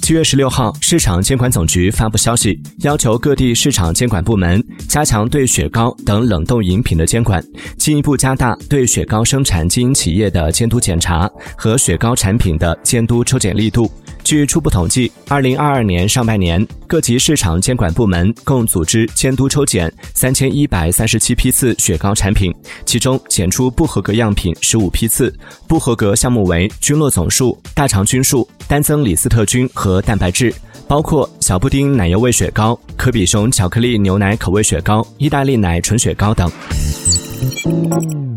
7月16号，市场监管总局发布消息，要求各地市场监管部门加强对雪糕等冷冻饮品的监管，进一步加大对雪糕生产经营企业的监督检查和雪糕产品的监督抽检力度。据初步统计，2022年上半年，各级市场监管部门共组织监督抽检3137批次雪糕产品，其中检出不合格样品15批次，不合格项目为菌落总数、大肠菌数、单增李斯特菌和蛋白质，包括小布丁奶油味雪糕、可比熊巧克力牛奶口味雪糕、意大利奶纯雪糕等。